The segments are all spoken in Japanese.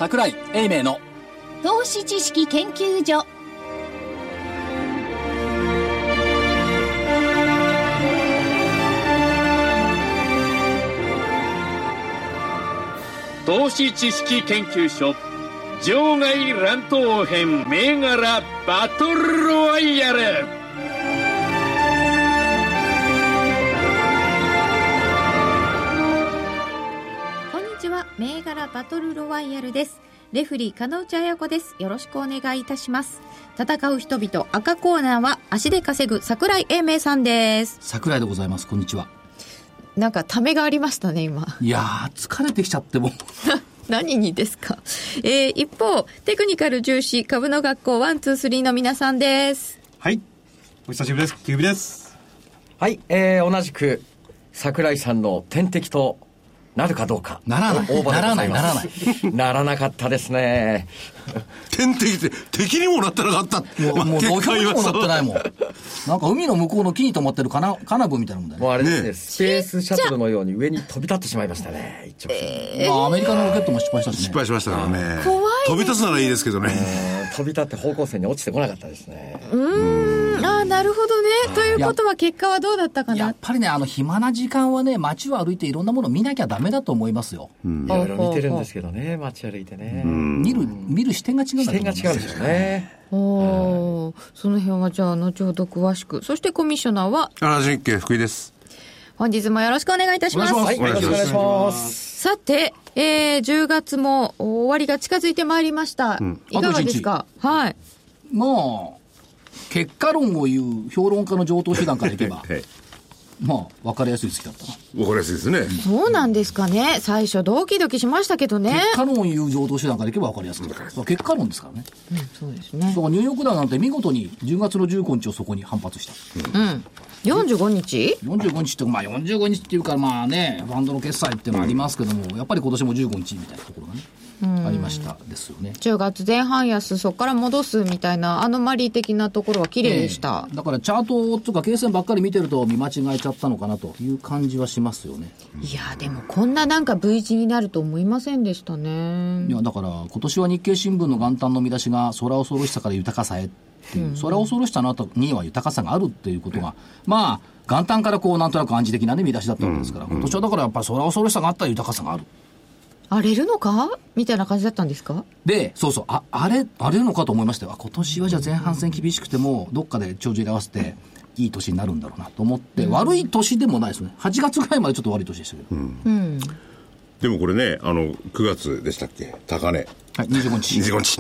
櫻井英明の投資知識研究所。 投資知識研究所場外乱闘編銘柄バトルロワイヤル。 こんにちは。銘柄バトルロワイヤルです。レフリー金内彩子です。よろしくお願いいたします。戦う人々、赤コーナーは足で稼ぐ櫻井英明さんです。 櫻井でございます。こんにちは。 なんかためがありましたね今。 いやー疲れてきちゃっても何にですか。一方テクニカル重視株の学校123の皆さんです。 はい、お久しぶりです。キュービです。 はい、同じく櫻井さんの天敵となるかどうか。 ならない。ならない。 ならなかったですね。 天敵って敵にもなってなかった。 もう土俵にもなってないもん。なんか海の向こうの木に止まってるカナブみたいなもんだね。 もうあれですね、スペースシャトルのように上に飛び立ってしまいましたね。一直まあアメリカのロケットも失敗したしね。 失敗しましたからね。 怖いです。 飛び立つならいいですけどね。 飛び立って方向性に落ちてこなかったですね。 なるほどね。ということは結果はどうだったかな。 やっぱりね、暇な時間はね、街を歩いていろんなものを見なきゃダメだと思いますよ。 いろいろ見てるんですけどね、街歩いてね。 見る視点が違うんだと思います。 視点が違うんですよね。 その辺はじゃあ後ほど詳しく。そしてコミッショナーは原日経福井です。 本日もよろしくお願いいたします。 はい、よろしくお願いします。 さて、10月も終わりが近づいてまいりました。いかがですか。はい。 まあ結果論を言う評論家の常套手段からいけばまあ分かりやすい月だったな。 分かりやすいですね。 そうなんですかね。最初ドキドキしましたけどね。 結果論を言う常套手段からいけば分かりやすい。結果論ですからね。 そうですね。 だからニューヨークダウなんて見事に10月の15日をそこに反発した。 45日 ?45 日ってまあ45日っていうかまあねファンドの決済ってのもありますけども、やっぱり今年も15日みたいなところがねありましたですよね。 10月前半安、そこから戻すみたいなアノマリー的なところは綺麗でした。 だからチャートとか経線ばっかり見てると見間違えちゃったのかなという感じはしますよね。 いやでもこんななんか V 字になると思いませんでしたね。 いやだから今年は日経新聞の元旦の見出しが空恐ろしさから豊かさへっていう、空恐ろしさの後には豊かさがあるっていうことが、まあ元旦からこうなんとなく暗示的なね見出しだったわけですから、今年はだからやっぱり空恐ろしさがあったら豊かさがある。 荒れるのかみたいな感じだったんですか。 で、そうそう、荒れるのかと思いましたよ。今年はじゃあ前半戦厳しくてもどっかで帳尻合わせていい年になるんだろうなと思って、悪い年でもないですね。8月ぐらいまでちょっと悪い年でしたけど、 でもこれね、9月でしたっけ、高値、 はい、25日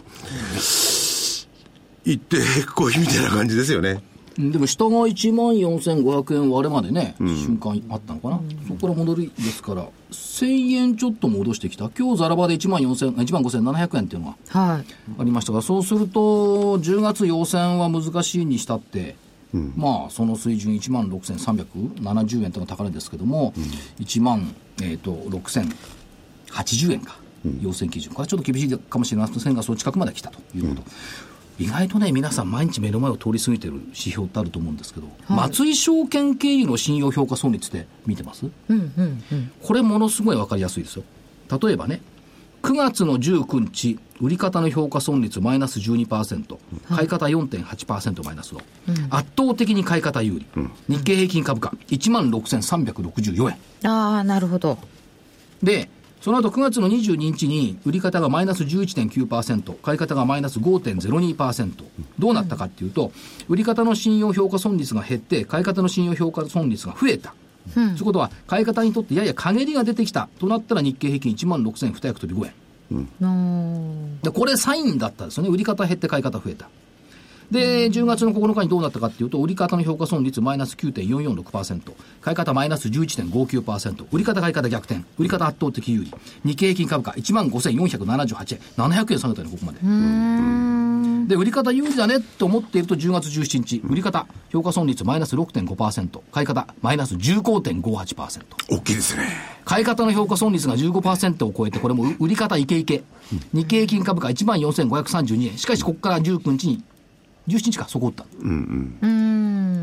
行ってへっこいみたいな感じですよね。 でも下が14,500円割れまでね、瞬間あったのかな、そこから戻りですから1000円ちょっと戻してきた。今日ザラバで15,700円っていうのがありましたが、そうすると10月要線は難しいにしたって、まあその水準16,370円というのが高値ですけども、16,080円か、要線基準、これはちょっと厳しいかもしれませんがその近くまで来たということ、意外とね皆さん毎日目の前を通り過ぎてる指標ってあると思うんですけど、松井証券経由の信用評価損率って見てます？これものすごい分かりやすいですよ。例えばね9月の19日売り方の評価損率マイナス 12%、買い方 4.8% マイナスの、圧倒的に買い方有利、日経平均株価 16,364 円。 なるほど。 でその後9月の22日に売り方がマイナス 11.9%、買い方がマイナス 5.02%。どうなったかっていうと、売り方の信用評価損率が減って、買い方の信用評価損率が増えた。そういうことは、買い方にとってやや陰りが出てきたとなったら日経平均 16,205 円。で、これサインだったんですよね。売り方減って買い方増えた。で、10月の9日にどうなったかっていうと、売り方の評価損率マイナス 9.446%、買い方マイナス 11.59%、売り方買い方逆転、売り方圧倒的有利、日経平均株価 15,478 円、700円下げたね、ここまで。で、売り方有利だねって思っていると10月17日、売り方評価損率マイナス 6.5%、買い方マイナス 15.58%。 大きいですね。 買い方の評価損率が 15% を超えて、これも売り方イケイケ。日経平均株価 14,532 円。しかしここから19日に17日かそこ打った、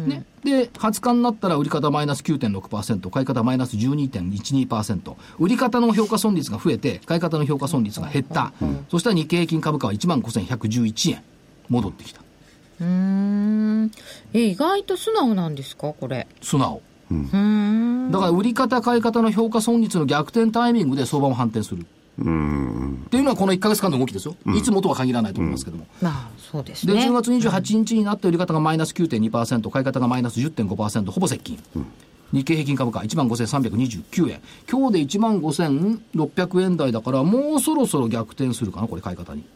ね。で、20日になったら売り方マイナス 9.6%、買い方マイナス 12.12%、売り方の評価損率が増えて、買い方の評価損率が減った。そしたら日経平均株価は 15,111 円戻ってきた。 意外と素直なんですか、これ。 素直。だから売り方買い方の評価損率の逆転タイミングで相場も反転するっていうのはこの1ヶ月間の動きですよ、いつもとは限らないと思いますけども、 まあそうですね。 で10月28日になって売り方がマイナス 9.2%、 買い方がマイナス 10.5%、 ほぼ接近、日経平均株価 15,329 円、今日で 15,600 円台だから、もうそろそろ逆転するかな、これ買い方に。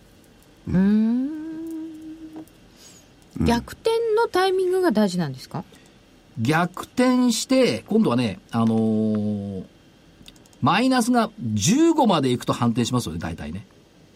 逆転のタイミングが大事なんですか？ 逆転して今度はね、マイナスが15までいくと反転しますよね、大体ね。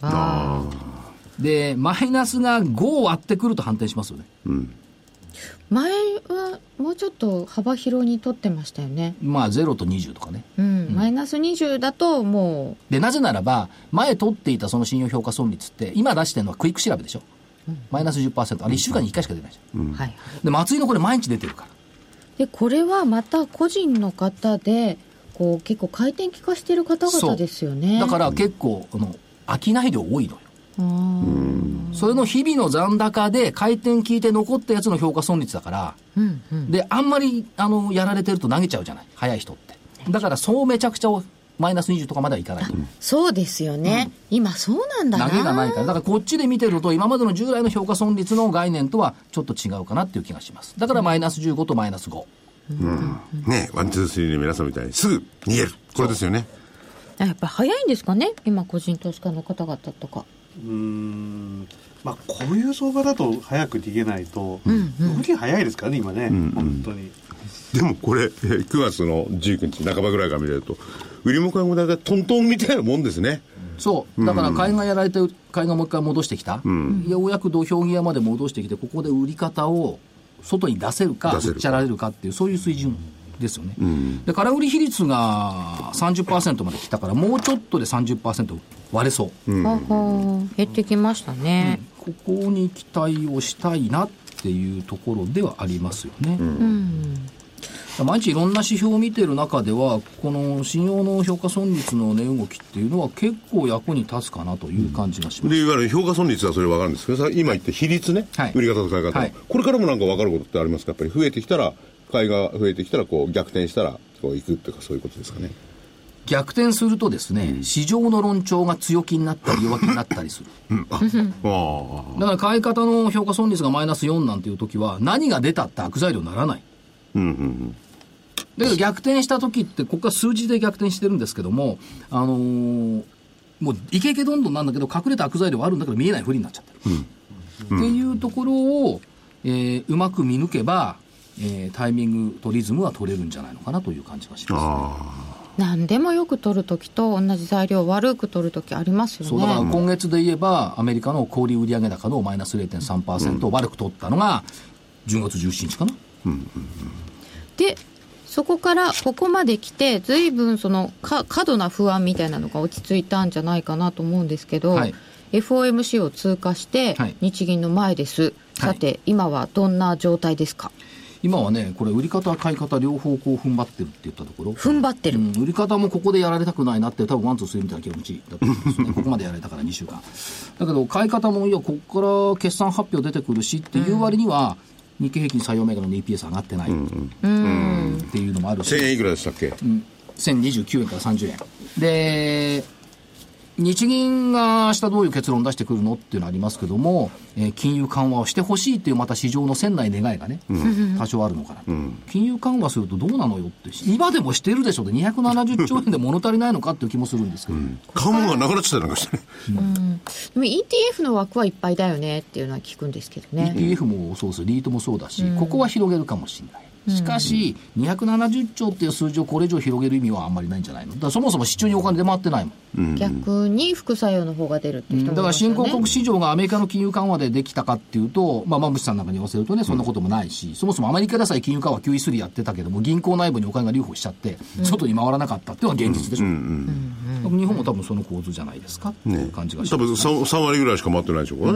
でマイナスが5を割ってくると反転しますよね。 前はもうちょっと幅広に取ってましたよね。 まあ0と20とかね、 マイナス20だともうで、なぜならば前取っていたその信用評価損率って今出してるのはクイック調べでしょ、マイナス 10%、 あれ1週間に1回しか出ないじゃん、で松井のこれ毎日出てるから。 でこれはまた個人の方でこう結構回転利かしてる方々ですよね。 だから結構商い量多いのよ。それの日々の残高で回転効いて残ったやつの評価損率だから、であんまりやられてると投げちゃうじゃない、早い人って。だからそうめちゃくちゃマイナス20とかまではいかないと。 そうですよね、今そうなんだな。 投げがないから。だからこっちで見てると今までの従来の評価損率の概念とはちょっと違うかなっていう気がします。だからマイナス15とマイナス5、 ね、ワンツースリーで皆さんみたいにすぐ逃げる、これですよね。 やっぱ早いんですかね、今個人投資家の方々とか。 まあ、こういう相場だと早く逃げないと、動き早いですからね今ね、本当に。 でもこれ9月の19日半ばぐらいから見れると売りも買いもだいたいトントンみたいなもんですね。 そうだから買いがやられて買いがもう一回戻してきた、ようやく土俵際まで戻してきて、ここで売り方を外に出せるか売っちゃられるかっていう、そういう水準ですよね、で空売り比率が 30% まで来たから、もうちょっとで 30% 割れそう、 減ってきましたね、 ここに期待をしたいなっていうところではありますよね、毎日いろんな指標を見ている中では、この信用の評価損率の値動きっていうのは結構役に立つかなという感じがします。 でいわゆる評価損率はそれ分かるんですけど、今言って比率ね、売り方と買い方、これからもなんか分かることってありますか？やっぱり増えてきたら、買いが増えてきたらこう逆転したらこういくっていうか、そういうことですかね。 逆転するとですね、市場の論調が強気になったり弱気になったりするだから買い方の評価損率がマイナス4なんていう時は、何が出たって悪材料にならない、だけど逆転した時って、ここは数字で逆転してるんですけども、もうイケイケどんどんなんだけど、隠れた悪材料はあるんだけど見えないふりになっちゃってる、っていうところを、うまく見抜けば、タイミングとリズムは取れるんじゃないのかなという感じがしますね。 何でもよく取るときと同じ材料を悪く取るときありますよね。 そうだから今月で言えば、アメリカの小売売上高のマイナス 0.3% を悪く取ったのが10月17日かな、 でそこからここまで来て、随分その過度な不安みたいなのが落ち着いたんじゃないかなと思うんですけど、FOMC を通過して日銀の前です、さて今はどんな状態ですか？ 今はね、これ売り方買い方両方こう踏ん張ってるって言ったところ、 踏ん張ってる、 売り方もここでやられたくないなって、多分ワンツースリーみたいな気持ちだったんですねここまでやられたから2週間だけど、買い方もいやここから決算発表出てくるしっていう割には、日経平均採用銘柄の EPS 上がってない、っていうのもあるし、 1000円いくらでしたっけ、 1029円から30円で、日銀が明日どういう結論を出してくるのっていうのはありますけども、金融緩和をしてほしいっていうまた市場の船内願いがね、多少あるのかなと、金融緩和するとどうなのよって、今でもしてるでしょで270兆円で物足りないのかっていう気もするんですけど、 緩和がなくなっちゃったりなんかしてね、 でも ETF の枠はいっぱいだよねっていうのは聞くんですけどね。 ETF もそうです、リートもそうだし、ここは広げるかもしれない。しかし、270兆っていう数字をこれ以上広げる意味はあんまりないんじゃないの。だからそもそも市中にお金出回ってないもん、 逆に副作用の方が出るっていう人もいますよね。 だから新興国市場がアメリカの金融緩和でできたかっていうと、馬渕さんなんかに言わせるとね、そんなこともないし、そもそもアメリカでさえ金融緩和 QE3 やってたけども、銀行内部にお金が留保しちゃって外に回らなかったっていうのは現実でしょ、日本も多分その構図じゃないですかっていう感じがします、 多分 3割ぐらいしか回ってないでしょうからね、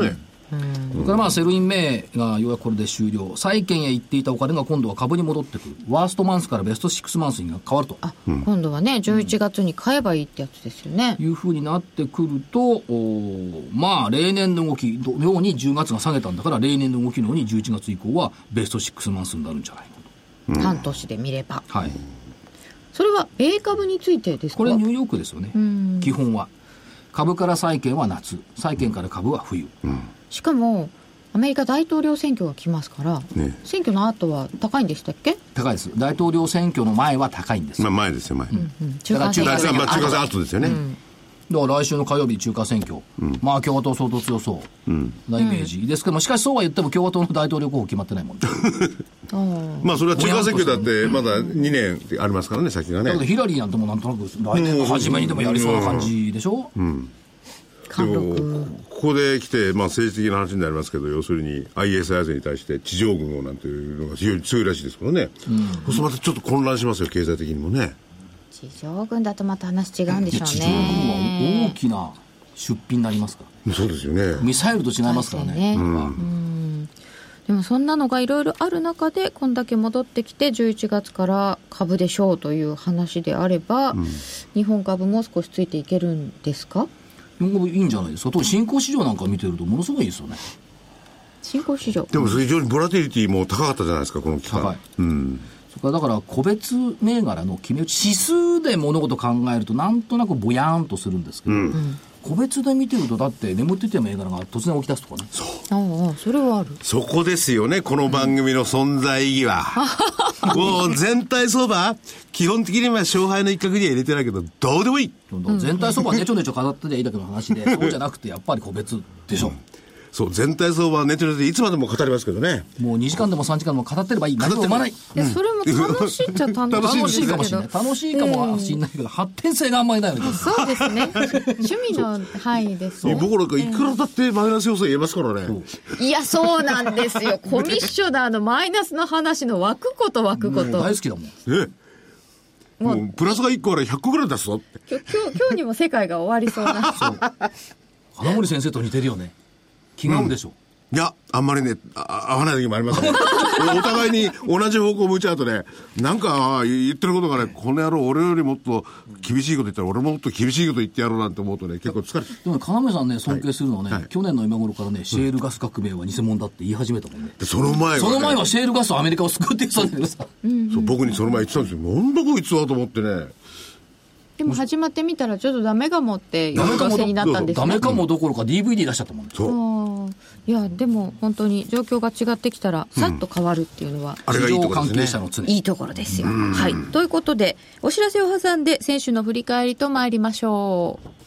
それからセルインメイがようやくこれで終了。債券へ行っていたお金が今度は株に戻ってくる。ワーストマンスからベスト6マンスに変わると。 今度はね、11月に買えばいいってやつですよね。 いう風になってくると、例年の動きのように10月が下げたんだから、例年の動きのように11月以降はベスト6マンスになるんじゃないかと。 半年で見れば。 はい。 それは米株についてですか？ これニューヨークですよね。基本は。株から債券は夏、債券から株は冬。 しかもアメリカ大統領選挙が来ますから、選挙の後は高いんでしたっけ？ 高いです。大統領選挙の前は高いんです。 前ですよ、前。 中間選挙中間後ですよね。 だから来週の火曜日中間選挙、共和党相当強そうなイメージですけども、しかしそうは言っても共和党の大統領候補決まってないもんね。 それは中間選挙だってまだ2年ありますからね、先がね。 だけどヒラリーなんてもうなんとなく来年の初めにでもやりそうな感じでしょ。 でもここで来て、政治的な話になりますけど、要するに ISIS に対して地上軍をなんていうのが非常に強いらしいですからね。そうするとまたちょっと混乱しますよ、経済的にもね。 地上軍だとまた話違うんでしょうね。 地上軍は大きな出費になりますから。 そうですよね。 ミサイルと違いますからね。 でもそんなのがいろいろある中でこんだけ戻ってきて11月から株でしょうという話であれば、日本株も少しついていけるんですか？ 日本株いいんじゃないですか。特に新興市場なんか見てるとものすごいいいですよね。 新興市場でも非常にボラティリティも高かったじゃないですか、この期間。 高い。それからだから個別銘柄の決め打ち指数で物事考えるとなんとなくぼやーんとするんですけど、個別で見てるとだって眠っていた銘柄が突然起き出すとかね。 それはある。 そこですよね、この番組の存在意義は。もう全体相場基本的には勝敗の一角には入れてないけどどうでもいい。 全体相場はねちょねちょ飾ってりゃいいだけの話でそうじゃなくてやっぱり個別でしょ。 そう、全体相場はネットでいつまでも語りますけどね。 もう2時間でも3時間でも語ってればいい。何も生まない。 それも楽しいっちゃ楽しいかもしれない。楽しいかもしれないけど、発展性があんまりないわけです。 そうですね。趣味の範囲ですね。 僕なんかいくらだってマイナス要素言えますからね。 いや、そうなんですよ。コミッショナーのマイナスの話の湧くこと湧くこと。 大好きだもん。 もうプラスが1個あれ100個ぐらい出すぞって。 今日にも世界が終わりそうな。そう。 花森先生と似てるよね。気が合うでしょ。 いや、あんまりね、合わない時もありますね。お互いに同じ方向向いちゃうとね、なんか言ってることがね、この野郎俺よりもっと厳しいこと言ったら俺ももっと厳しいこと言ってやろうなんて思うとね、結構疲れてる。 でも金目さんね、尊敬するのはね、去年の今頃からね、シェールガス革命は偽物だって言い始めたもんね。 その前はシェールガスはアメリカを救って言ってたんだけどさ。 そう、僕にその前言ってたんですよ。なんだこいつはと思ってね。 でも始まってみたらちょっとダメかもっていう感じになったんですね。 ダメかもどころか DVD 出しちゃったもんね。 そう。 いや、でも本当に状況が違ってきたらさっと変わるっていうのは、 あれがいいところですね。 市場関係者の常。 いいところですよ。はい。ということで、お知らせを挟んで先週の振り返りと参りましょう。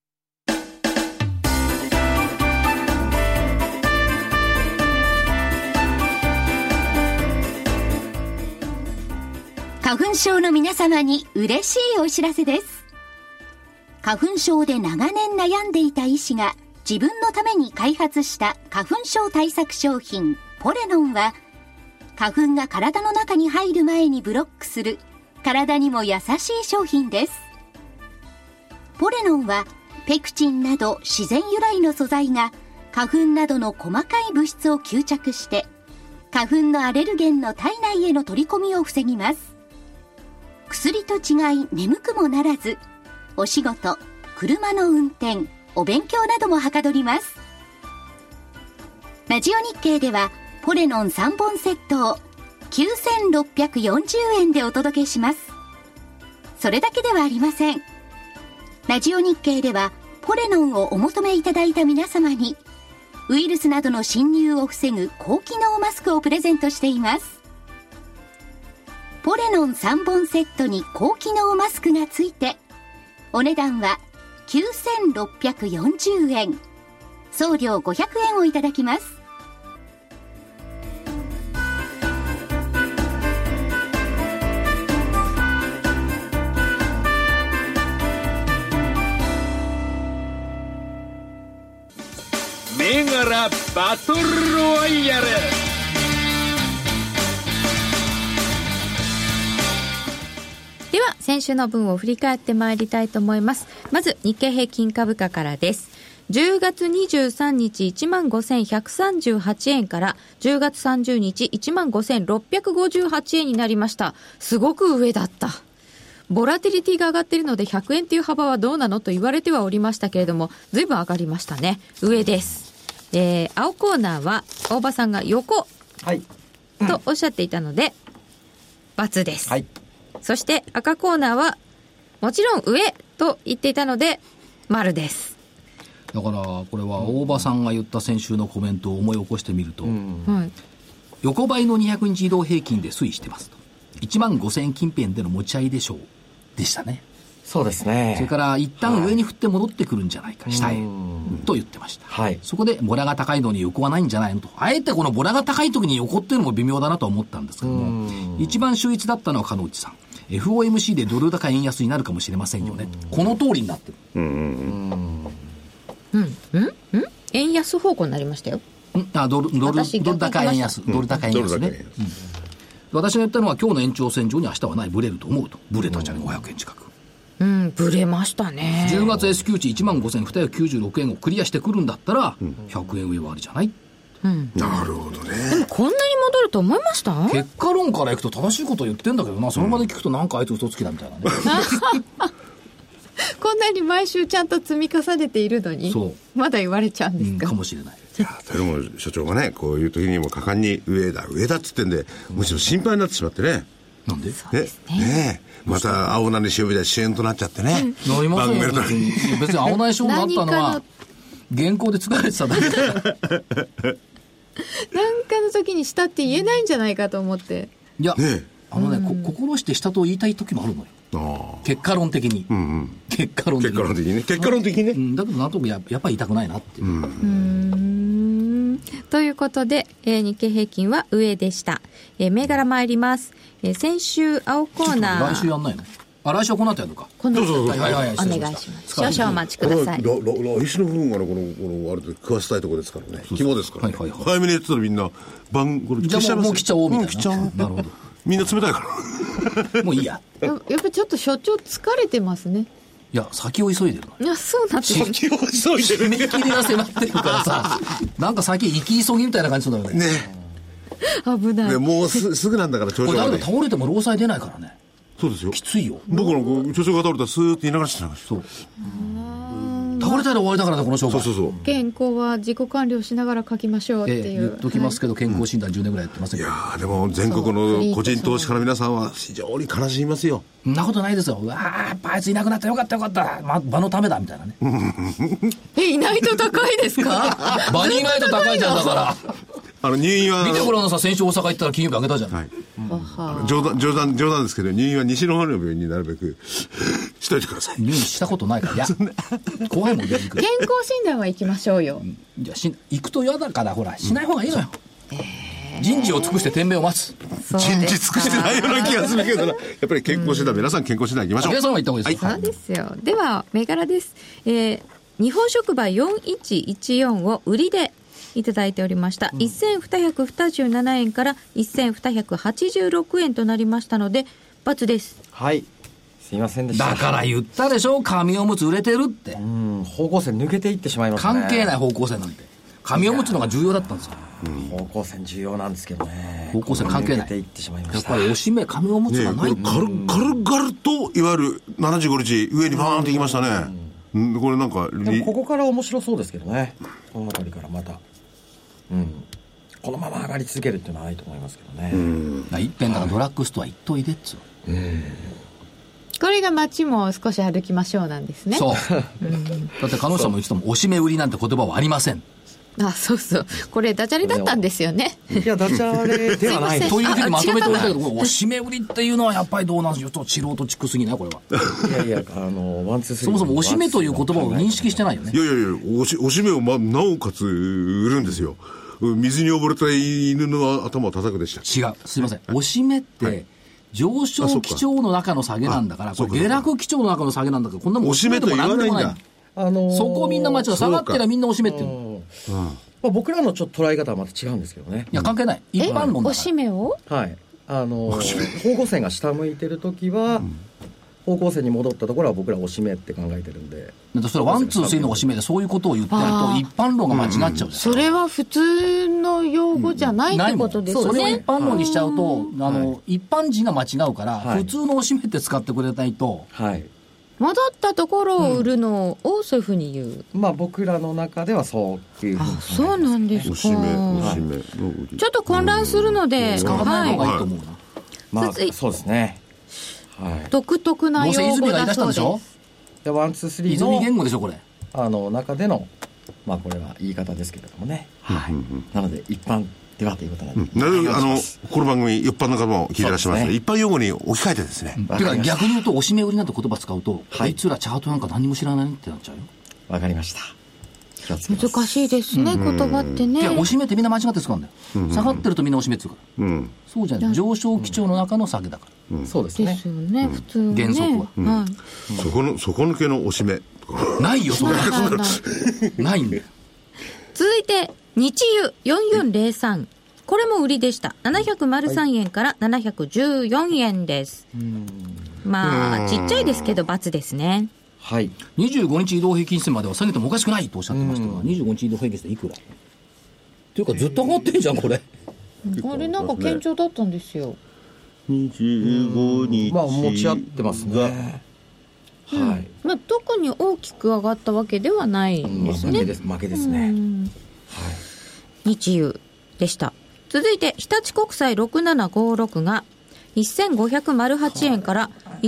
花粉症の皆様に嬉しいお知らせです。花粉症で長年悩んでいた医師が自分のために開発した花粉症対策商品ポレノンは、花粉が体の中に入る前にブロックする体にも優しい商品です。ポレノンはペクチンなど自然由来の素材が花粉などの細かい物質を吸着して花粉のアレルゲンの体内への取り込みを防ぎます。薬と違い眠くもならず、お仕事、車の運転、お勉強などもはかどります。ラジオ日経ではポレノン3本セットを9640円でお届けします。それだけではありません。ラジオ日経ではポレノンをお求めいただいた皆様にウイルスなどの侵入を防ぐ高機能マスクをプレゼントしています。ポレノン3本セットに高機能マスクがついて、お値段は9640円。送料500円をいただきます。 銘柄バトルロワイヤル。 では先週の分を振り返ってまいりたいと思います。まず日経平均株価からです。 10月23日15,138円から10月30日15,658円になりました。すごく上だった。ボラティリティが上がっているので100円という幅はどうなのと言われてはおりましたけれども、随分上がりましたね。上です。青コーナーは大場さんが横とおっしゃっていたので、×です。はい。そして赤コーナーはもちろん上と言っていたので、丸です。 だからこれは大場さんが言った先週のコメントを思い起こしてみると、横ばいの200日移動平均で推移してますと。15,000円近辺での持ち合いでしょうでしたね。 そうですね。 それから一旦上に振って戻ってくるんじゃないか、下へと言ってました。はい。そこでボラが高いのに横はないんじゃないのと。あえてこのボラが高い時に横っていうのも微妙だなと思ったんですけども、一番秀逸だったのは鹿内さん。FOMC でドル高円安になるかもしれませんよね。この通りになってる。 円安方向になりましたよ。 ドル高円安。ドル高円安ね。私が言ったのは今日の延長線上に明日はない、ブレると思うと。ブレたじゃね、500円近く。 ブレましたね。 10月 S q 値15,296円をクリアしてくるんだったら、100円上はありじゃない、 なるほどね。 でもこんなに戻ると思いました？ 結果論からいくと正しいこと言ってんだけどな、その場で聞くとなんかあいつ嘘つきだみたいなね。 こんなに毎週ちゃんと積み重ねているのに、まだ言われちゃうんですか？ かもしれない。 いや、でも所長がね、こういう時にも果敢に上だっつってんで、むしろ心配になってしまってね。 なんで？ ねえ、また青菜に塩みたい支援となっちゃってね。 なりませんよ。別に青菜塩になったのは原稿で疲れてただけだ。 なんかの時に下って言えないんじゃないかと思って。 いや、心して下と言いたい時もあるのよ。結果論的に。結果論的にね。だけどなんともやっぱり言いたくないなっていう。 ということで、日経平均は上でした。銘柄参ります。先週青コーナー。 来週やんないの？来週はこの後やるのか。 この後お願いします。少々お待ちください。 来週の分がこのあれで食わせたいところですからね。肝ですからね。早めにやってたらみんなこれじゃあもう来ちゃおうみたいな。 なるほど。みんな冷たいからもういいや。 やっぱりちょっと所長疲れてますね。 いや、先を急いでるの。 いや、そうなんですよ。 先を急いでる。 締め切りが迫ってるからさ、なんか先行き急ぎみたいな感じするんだよね。 危ない。 もうすぐなんだから、 これ誰か倒れても労災出ないからね。 そうですよ。 きついよ。 僕の著書が倒れたらスーッて言いながらしてない。 そう。倒れたら終わりだからね、この商売。 そう。 健康は自己管理をしながら書きましょうっていう。 言っときますけど、健康診断10年ぐらいやってませんけど。 いやでも全国の個人投資家の皆さんは非常に悲しみますよ。 そんなことないですよ。うわー、やっぱあいついなくなったよかった場のためだみたいなね。 いないと高いですか？ 場にいないと高いじゃんだから。 入院は見てごらんなさい。先週大阪行ったら金曜日あげたじゃん。 はい。冗談ですけど、入院は西の方の病院になるべくしといてください。 入院したことないから。いや、怖いもんね。 健康診断は行きましょうよ。 いや、行くと嫌だから、ほら、しない方がいいのよ。人事を尽くして天命を待つ。 人事尽くしてないような気がするけどな。やっぱり健康診断、皆さん健康診断行きましょう。 皆さんは行った方がいいです。 そうですよ。では、銘柄です。日本触媒4114を売りでいただいておりました。1227円から1286円となりましたので、×です。 はい。すいませんでした。 だから言ったでしょ、紙おむつ売れてるって。 方向性抜けていってしまいましたね。 関係ない方向性なんて。紙おむつのが重要だったんですよ。 方向性重要なんですけどね。 方向性関係ない。 抜けていってしまいました。 やっぱりおしめ、紙おむつがない。 軽々と、いわゆる75日上にバーンっていきましたね。これなんかでもここから面白そうですけどね。この辺りからまた。このまま上がり続けるっていうのはないと思いますけどね。 一遍だからドラッグストア行っといでっつう。 これが街も少し歩きましょうなんですね。 そう。だって彼女さんも言ってたもん、おしめ売りなんて言葉はありません。 そうそう。これダジャレだったんですよね。 いや、ダジャレではない。 というふうにまとめておいたけど、おしめ売りっていうのはやっぱりどうなんですよ。ちょっと素人チックすぎないこれは。 いや、ワンツースリー。 そもそもおしめという言葉を認識してないよね。 いや、おしめをなおかつ売るんですよ。水に溺れた犬の頭を叩くでした。 違う。すいません。おしめって、上昇基調の中の下げなんだから、これ下落基調の中の下げなんだから、こんなもんおしめと言わないんだ。 そこをみんな間違う。下がってりゃみんなおしめっていうの。 僕らのちょっと捉え方はまた違うんですけどね。 いや、関係ない。一般論だから。 おしめを？ はい。方向線が下向いてるときは、 方向性に戻ったところは僕ら押し目って考えてるんで。 だそれワンツースリーの押し目でそういうことを言ってると一般論が間違っちゃうじゃん、 それは普通の用語じゃないってことですね。 それを一般論にしちゃうと、一般人が間違うから、普通の押し目って使ってくれないと、 はい、 戻ったところを売るのをそういうふうに言う、 まあ僕らの中ではそういうふうに。 そうなんですか。 押し目のちょっと混乱するので、 使わない方がいいと思うな、 まあそうですね、はい、 独特な用語だそうです。 どうせ泉が言い出したんでしょ。 でワンツースリー泉言語のでしょこれ。 中でのまあこれは言い方ですけれどもね、はい、なので一般ではということなんで、 この番組一般の方も聞いてらっしゃいますので、一般用語に置き換えてですね、 てか逆に言うと押し目売りなんて言葉使うと、こいつらチャートなんか何も知らないってなっちゃうよ。 わかりました。 難しいですね、言葉ってね。 いや押し目ってみんな間違って使うんだよ、下がってるとみんな押し目って言うから、そうじゃない、上昇基調の中の下げだから、 そうですね。 ですよね、普通ね。 原則は、 はい、 底抜けの押し目ないよそれないんだよ。 続いて日油4403、これも売りでした。703円から714円です。まあちっちゃいですけど×ですね。 はい、 25日移動平均線までは下げてもおかしくないとおっしゃってましたが、25日移動平均線いくらっていうかずっと上がってんじゃんこれ。 あれなんか堅調だったんですよ。 25日まあ持ち合ってますね。はい、 まあ、特に大きく上がったわけではないんですね。 負けですね、はい、 日油でした。続いて日立国債6756が1508円から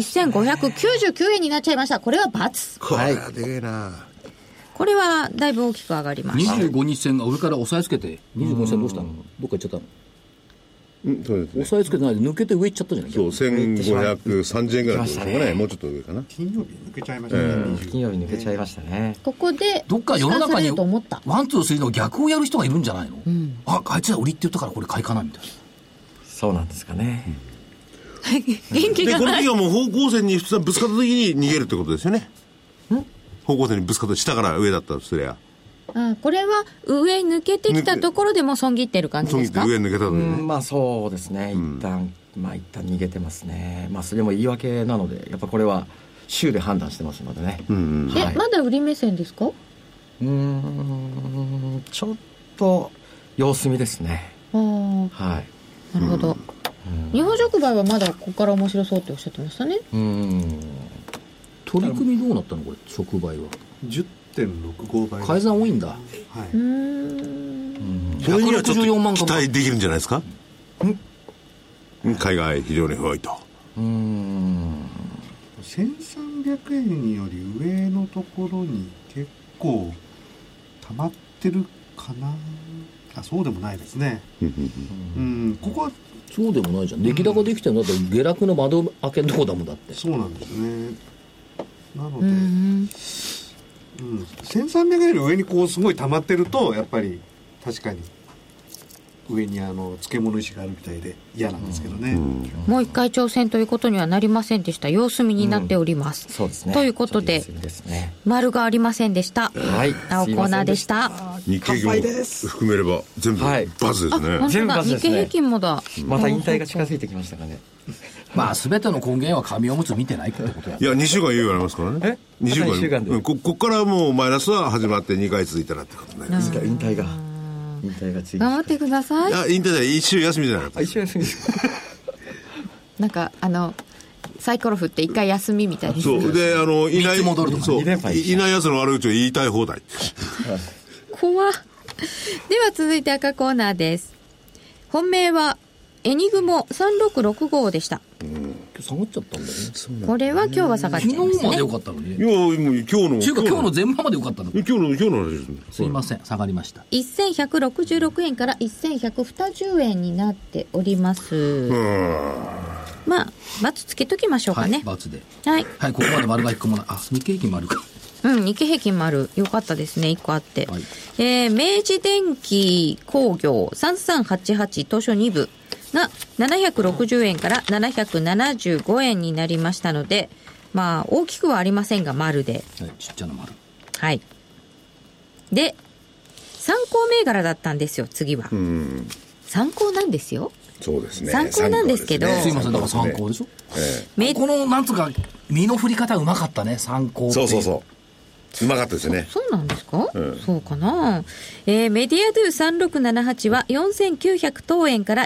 1599円になっちゃいました。これは×。 これはでけえな、 これはだいぶ大きく上がりました。 25日線が上から押さえつけて、25日線どうしたの、どっか行っちゃったの。 そうですね、 押さえつけてないで抜けて上行っちゃったじゃない。 そう1530円ぐらいですかね、もうちょっと上かな。 金曜日抜けちゃいましたね、 金曜日抜けちゃいましたね。 ここでどっか世の中にと思ったワンツースリーの逆をやる人がいるんじゃないの、あいつら売りって言ったからこれ買いかなみたいな。 そうなんですかね、 元気でこのがない時はもう方向線に普通はぶつかった時に逃げるってことですよね。方向線にぶつかった下から上だったとすれば、 これは上抜けてきたところでも損切ってる感じですか。 上抜けたのにね、 まあそうですね、一旦逃げてますね。まあそれも言い訳なので、やっぱこれは週で判断してますのでね、はい、 まだ売り目線ですか。 ちょっと様子見ですね。はい、 なるほど、日本触媒はまだここから面白そうっておっしゃってましたね。 取り組みどうなったのこれ、触媒は 10.65 倍改ざん多いんだ。 はい、 それにはちょっ 164万と期待できるんじゃないですか。海外非常に多いと。 1300円より上のところに結構溜まってるかな。そうでもないですね。ここはそうでもないじゃん。出来高できてるんだって下落の窓開けのとこだもんだって。 そうなんですね。なので、1300円より上にこうすごい溜まってるとやっぱり確かに上に漬物石があるみたいで嫌なんですけどね、 もう一回挑戦ということにはなりませんでした。様子見になっております、 そうですね。 ということで、丸がありませんでした。 はい、 青コーナーでした。 日経平均も含めれば全部バズですね。 全部バズですね。 日経平均もだ。 また引退が近づいてきましたかね。 まあ全ての根源は紙おむつ見てないってことや。 いや2週間言われますからね。2週間で、こっからもうマイナスは始まって2回続いたなってことね。 引退がついて頑張ってください。 引退で1週休みじゃなかった。 1週休みですなんかサイコロ振って1回休みみたいですね。 そうでいない戻るとか、 そういないやつの悪口を言いたい放題。 怖っ。では続いて赤コーナーです。本命はエニグモ3665でした。 下がっちゃったんだよね。 これは今日は下がっちゃいますね。 昨日まで良かったのに。 いやもう今日の前半まで良かったの。 今日の話ですね。 すいません、下がりました。 1166円から1120円になっております。まあ×つけときましょうかね。 はい、×で。 はい、 ここまで丸が1個もない。日経平均丸か。 日経平均丸良かったですね。1個あって、 はい、 明治電機工業3388東証2部が760円から775円になりましたので、まあ大きくはありませんが丸で、 ちっちゃな丸。 はい。で参考銘柄だったんですよ。次は参考なんですよ。 そうですね。 参考なんですけどすいません、だから参考でしょ。この、なんつうか、身の振り方うまかったね、参考って。 そうそうそう。うまかったですよね。 そうなんですか、そうかな。メディアドゥ3678は4900等円から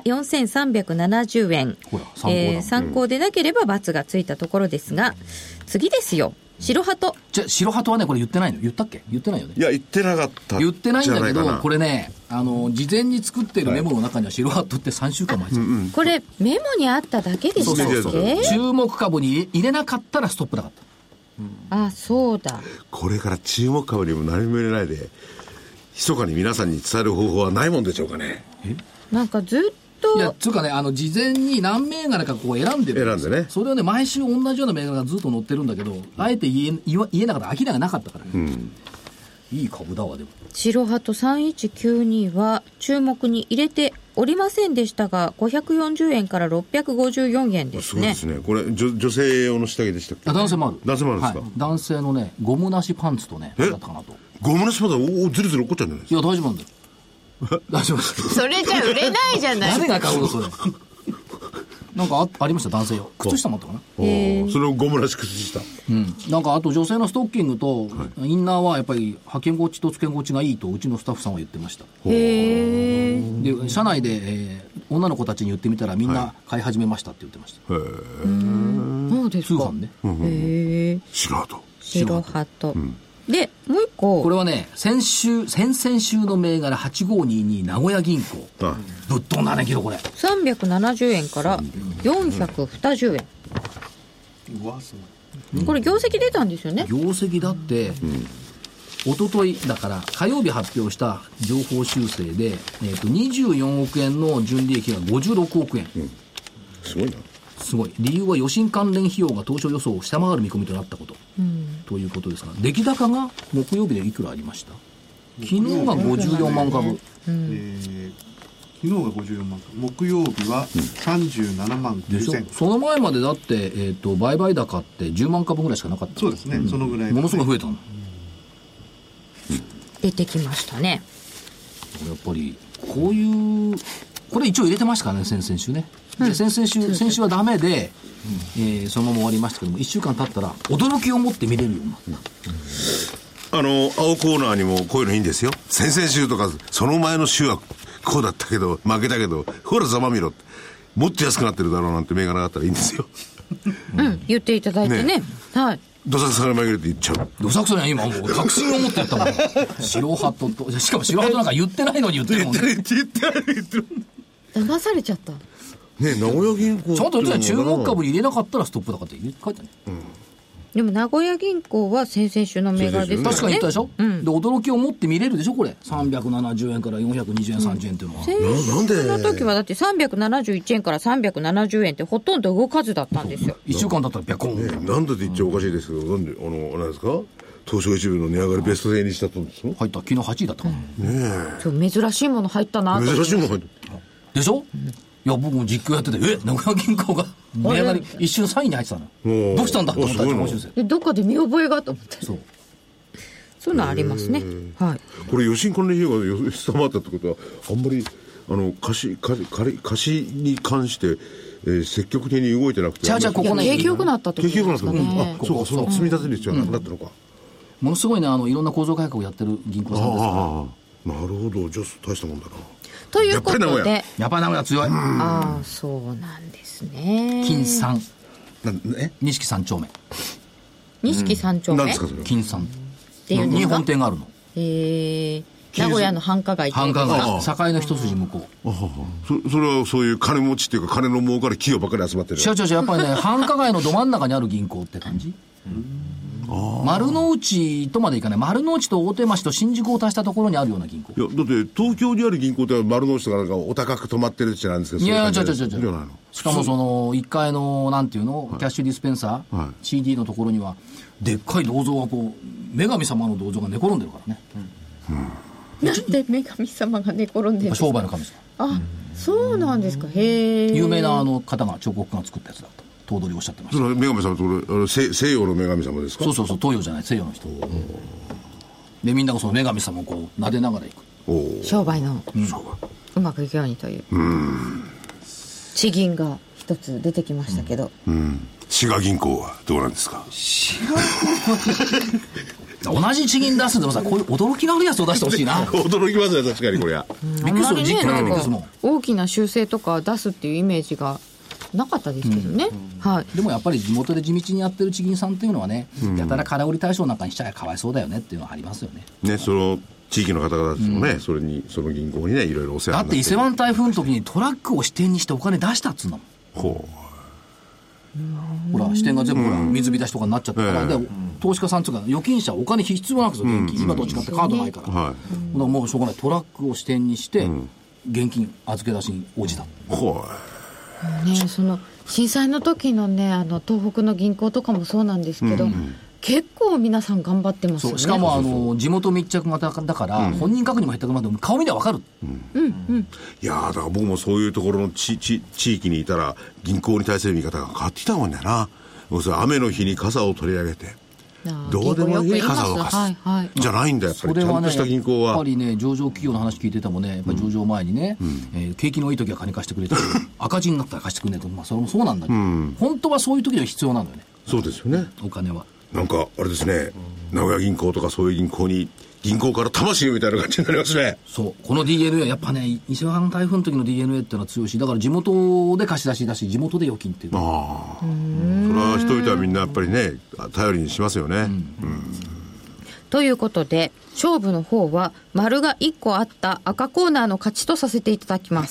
4370円。 ほら、 参考でなければ×がついたところですが、次ですよ。白鳩。 じゃあ、白鳩はね、これ言ってないの？言ったっけ？言ってないよね。 いや、言ってなかった。 言ってないんだけど、これね、事前に作ってるメモの中には白鳩って3週間前ですよ。 これ、メモにあっただけでしたっけ？ そう注目株に入れなかったらストップだかった。 あ、そうだ。 これから注目株にも何も入れないで密かに皆さんに伝える方法はないもんでしょうかね。 なんかずっといやつうかね、事前に何銘柄かこう選んでるんですよ。 選んでね。 それをね、毎週同じような銘柄がずっと載ってるんだけど、あえて言えなかった、明らかがなかったからね、いい株だわ。でも白鳩3192は注目に入れておりませんでしたが、540円から654円ですね。 そうですね。これ女性用の下着でしたっけ？ 男性もある。 男性もあるんですか？ はい、男性のね、ゴムなしパンツとね、だったかなと。 ゴムなしパンツずるずる落っこっちゃうんじゃないですか？ いや、大丈夫なんだよ。大丈夫です。 それじゃ売れないじゃない。 誰が買うのそれ。なんか ありました、男性用。靴下もあったかな。 それをゴムなし靴下。 なんかあと女性のストッキングとインナーはやっぱり履き心地とつけ心地がいいとうちのスタッフさんは言ってました。で社内で、女の子たちに言ってみたらみんな買い始めましたって言ってました。 そうですか。 通販ね。 白鳩。 でもう一個、 これはね、先々週の銘柄8522名古屋銀行、ぶっ飛んだねけど、これ 370円から420円。 うわ、すごい。 これ業績出たんですよね。 業績だって、一昨日だから火曜日発表した情報修正で、24億円の純利益が56億円、 すごいな。 すごい。理由は余震関連費用が当初予想を下回る見込みとなったこと、ということですが、出来高が木曜日でいくらありました？昨日が54万株、 昨日が54万株、木曜日は37万9000 でしょ。その前までだって、売買高って10万株ぐらいしかなかった。 そうですね、そのぐらいものすごい増えたの、 出てきましたね。 やっぱりこういう、これ一応入れてましたからね、先々週ね。で先週はダメで、そのまま終わりましたけども、1週間経ったら驚きを持って見れるようになった。 青コーナーにもこういうのいいんですよ。先々週とかその前の週はこうだったけど負けたけど、ほらざまみろって、もっと安くなってるだろうなんて銘柄があったらいいんですよ。 言っていただいて ね、はい。 どさくさに紛れて言っちゃう。 どさくさには今もう確信を持ってやったもん。白鳩と、しかも白鳩なんか言ってないのに言ってるもんね。 言ってる。 騙されちゃった。 ね、名古屋銀行ちゃんと言って中国株に入れなかったらストップだからって書いてある、 でも名古屋銀行は先々週の銘柄ですよね。 確かに言ったでしょ、で驚きを持って見れるでしょ、これ370円から420円30円っていうのは。 先週の時はだって371円から370円ってほとんど動かずだったんですよ。 1週間だったらビャコン、 なんでって言っちゃおかしいですけど、なんでなんですか、東証一部の値上がりベスト10にしたとんですよ。 入った、昨日8位だったかな、 今日珍しいもの入ったなと。 珍しいもの入ったでしょ、いや僕も実況やってて、名古屋銀行が値上がり一瞬3位に入ってたの、どうしたんだと思ったら面白いですよ。 どっかで見覚えがと思って、そういうのありますね。はい。 これ余震関連費用が下回ったってことは、あんまり貸しに関して、積極的に動いてなくて、 ここね、景気良くなったってことですかね。 そうか、その積み立て率がなくなったのか、 ものすごいね、いろんな構造改革をやってる銀行さんですから。 なるほど、じゃあ大したもんだな。 ということで、 やっぱり名古屋強い。 ああ、そうなんですね。 金三、錦三丁目、 錦三丁目、 何ですかそれ。 金三っていうんですか。 日本店があるの。 名古屋の繁華街。 繁華街、境の一筋向こう。 それはそういう金持ちっていうか、金の儲かる企業ばっかり集まってる。 違う、やっぱりね、繁華街のど真ん中にある銀行って感じ。丸の内とまでいかない、丸の内と大手町と新宿を足したところにあるような銀行。 いや、だって東京にある銀行って丸の内とかなんかお高く止まってるってじゃないんですけど。 いや、違う。 じゃないの。 しかもその1階のなんていうの、キャッシュディスペンサー、CD のところにはでっかい銅像がこう、女神様の銅像が寝転んでるからね。 なんで女神様が寝転んでるんですか。 商売の神様。 あ、そうなんですか。へえ。 有名な方が彫刻家が作ったやつだった。頭取おっしゃってました。 その女神様ってこれ西洋の女神様ですか。 そう、東洋じゃない、西洋の人で、みんながその女神様をこう撫でながら行く。 商売の、 うまくいくようにという。地銀が一つ出てきましたけど、 滋賀銀行はどうなんですか？ 同じ地銀出すでもさ、こういう驚きがあるやつを出してほしいな。 驚きますね、確かにこれは。 びっくりする、実なんか験ですもん。 大きな修正とか出すっていうイメージがなかったですけどね、はい。 でもやっぱり地元で地道にやってる地銀さんっていうのはね、やたら空売り対象なんかにしちゃかわいそうだよねっていうのはありますよね。 ね、その地域の方々もね、その銀行にね、いろいろお世話になって。 だって伊勢湾台風の時にトラックを支店にしてお金出したっつうんだもん。 ほほら支店が全部ほら水浸しとかになっちゃったから、で投資家さんとか預金者はお金必要なんですよ、現金。今と違ってカードないから、だからもうしょうがない、トラックを支店にして現金預け出しに応じた。 ね、その震災の時のね、東北の銀行とかもそうなんですけど、結構皆さん頑張ってますよね。 しかも地元密着型だから、本人確認も減ったくなっても顔見りゃ分かる。 いやー、だから僕もそういうところの地域にいたら銀行に対する見方が変わってきたもんだよな。雨の日に傘を取り上げて、どうでもいい傘を貸す、じゃないんだよ、やっぱりちゃんとした銀行は。 やっぱりね、上場企業の話聞いててもね、やっぱり上場前にね、景気のいい時は金貸してくれて赤字になったら貸してくれないと、それもそうなんだけど、本当はそういう時は必要なのよね。 そうですよね、 お金は。 なんかあれですね、名古屋銀行とかそういう銀行から魂みたいな感じになりますね。 そう、この DNA やっぱね、伊勢湾台風の時の DNA っていうのは強いし、だから地元で貸し出しだし、地元で預金っていう。それは人々はみんなやっぱりね、頼りにしますよね。 ということで勝負の方は丸が1個あった赤コーナーの勝ちとさせていただきます。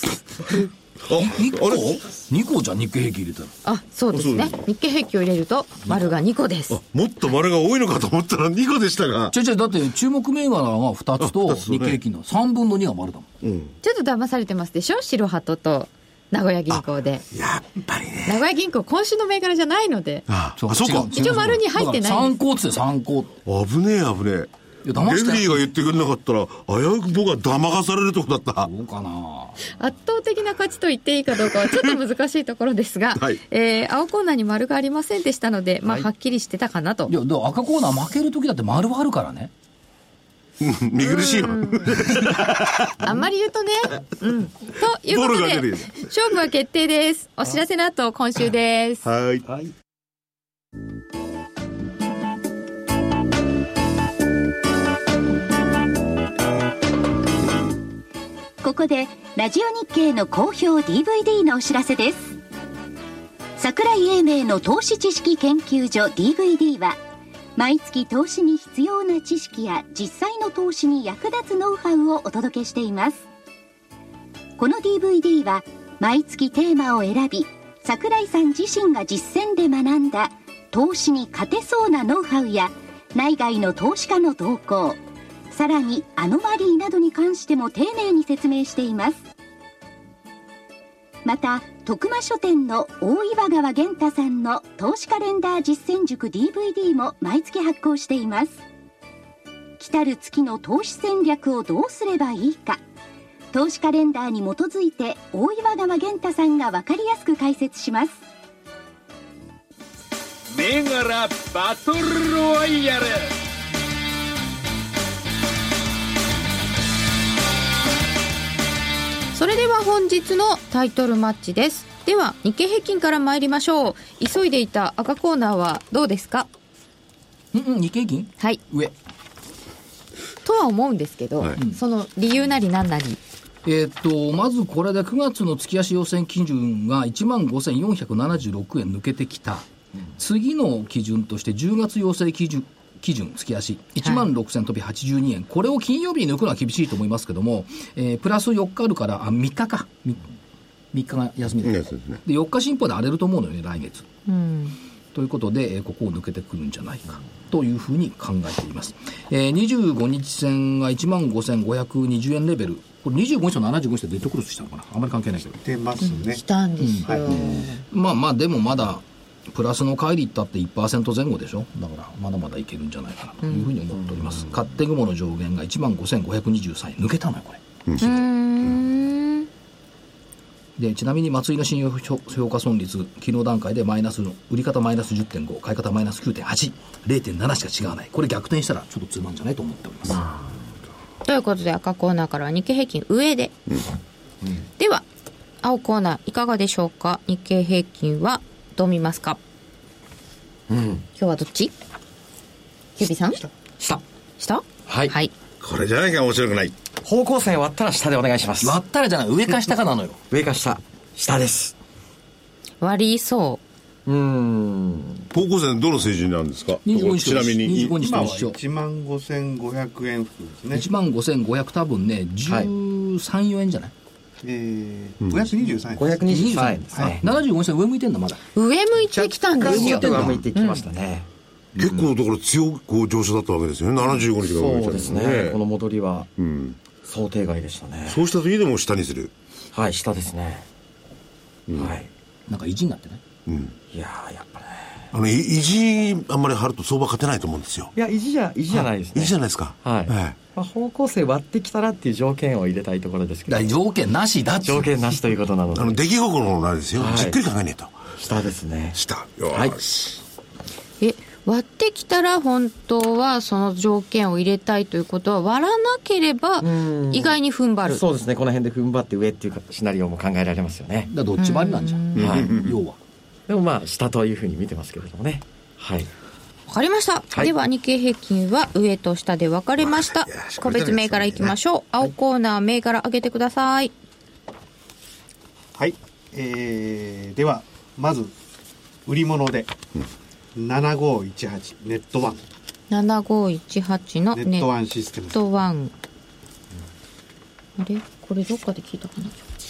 1個2個じゃ日経平均入れたら。 そうですね、日経平均を入れると丸が2個です。 もっと丸が多いのかと思ったら2個でしたが。 だって注目銘柄が2つと日経平均の3分の2が丸だもん。 ちょっと騙されてますでしょ、白鳩と名古屋銀行で。 やっぱりね、 名古屋銀行今週の銘柄じゃないので。 そうか、 一応丸に入ってない。 参考っつって参考。 危ねえ。レフリーが言ってくれなかったら危うく僕は騙かされるとこだった。 そうかな。 圧倒的な勝ちと言っていいかどうかはちょっと難しいところですが、青コーナーに丸がありませんでしたので、はっきりしてたかなと。 いや、赤コーナー負ける時だって丸はあるからね。 見苦しいよ。 あんまり言うとね。ということで勝負は決定です。お知らせの後今週です。 はい。 ここでラジオ日経の好評 DVD のお知らせです。桜井英明の投資知識研究所 DVD は毎月投資に必要な知識や実際の投資に役立つノウハウをお届けしています。この DVD は毎月テーマを選び、桜井さん自身が実践で学んだ投資に勝てそうなノウハウや内外の投資家の動向、さらにアノマリーなどに関しても丁寧に説明しています。また徳間書店の大岩川源太さんの投資カレンダー実践塾 DVD も毎月発行しています。来たる月の投資戦略をどうすればいいか、投資カレンダーに基づいて大岩川源太さんが分かりやすく解説します。 銘柄バトルロワイヤル。 それでは本日のタイトルマッチです。では日経平均から参りましょう。急いでいた赤コーナーはどうですか？ 日経平均、 はい、 上とは思うんですけど、その理由なり何なり。 まずこれで9月の月足要請基準が 15,476 円抜けてきた。次の基準として10月要請基準月足 16,000 飛び82円、これを金曜日に抜くのは厳しいと思いますけども、プラス4日あるから3日か 3日が休みで、4日進歩で荒れると思うのよね来月、ということで、ここを抜けてくるんじゃないかというふうに考えています。25日線が 15,520 円レベル、これ25日と75日でデッドクロスしたのかな、あんまり関係ないけど出ますね。 来たんですよ、 まあでもまだプラスの乖離ったって 1% 前後でしょ。だからまだまだいけるんじゃないかなというふうに思っております。勝手雲の上限が 15,523 円抜けたのよこれ。でちなみに松井の信用評価損率昨日段階でマイナスの売り方マイナス 10.5 買い方マイナス 9.8 0.7 しか違わない。これ逆転したらちょっと通なんじゃないと思っております。 ということで赤コーナーからは日経平均上で、 では青コーナーいかがでしょうか。日経平均はどう見ますか。今日はどっち。キュービーさん下はい、 はい、 これじゃなきゃ面白くない。 方向線割ったら下でお願いします。 割ったらじゃない、上か下かなのよ。 上か下です。 割りそう。 方向線どの水準なんですか。 25日ちなみに 25日と一緒。 15,500円付近ですね。 15,500多分ね、13、4円じゃない。 523円。 523円ですね。 75日は上向いてんだ、まだ。 上向いてきたんですよ。 上向いてきましたね。 結構だから強く上昇だったわけですよね。75日が上向いてそうですね。この戻りは想定外でしたね。 そうした時でも下にする。 はい、下ですね。はい。 なんか意地になってね。 いやー、やっぱね。 意地あんまり張ると相場勝てないと思うんですよ。 いや、意地じゃないですね。 意地じゃないですか。 はい。まあ、方向性割ってきたらっていう条件を入れたいところですけど。 条件なしだっ条件なしということなので。 出来心のないですよ。じっくり考えねえと。 下ですね。 下。 よし。 割ってきたら本当はその条件を入れたいということは、割らなければ意外に踏ん張る。 そうですね。この辺で踏ん張って上っていうシナリオも考えられますよね。 だどっちもありなんじゃん。要は。 でもまあ下というふうに見てますけれどもね。はい。 わかりました。では日経平均は上と下で分かれました。個別銘柄いきましょう。青コーナー銘柄上げてください。 はい。ではまず売り物で。7518ネットワン 7518のネットワンシステム。 ネットワン、あれこれどっかで聞いたかな。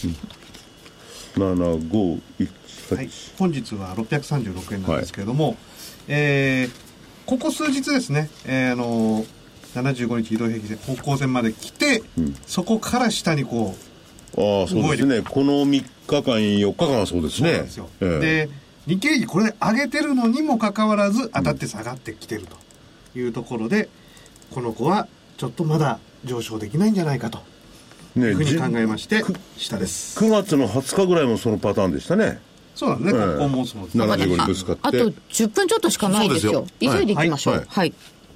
7518、 はい、本日は636円なんですけれども、ここ数日ですね、75日移動平均で方向線まで来て、そこから下にこうそうですね。この3日間4日間はそうですね。 そうなんですよ。で日経平均これで上げてるのにもかかわらず当たって下がってきてるというところで、この子はちょっとまだ上昇できないんじゃないかというふうに考えまして下です。 9月の20日ぐらいもそのパターンでしたね。 そうなんですね。ここもそうです。 75にぶつかってあと10分ちょっとしかないですよ。急いでいきましょう。はい。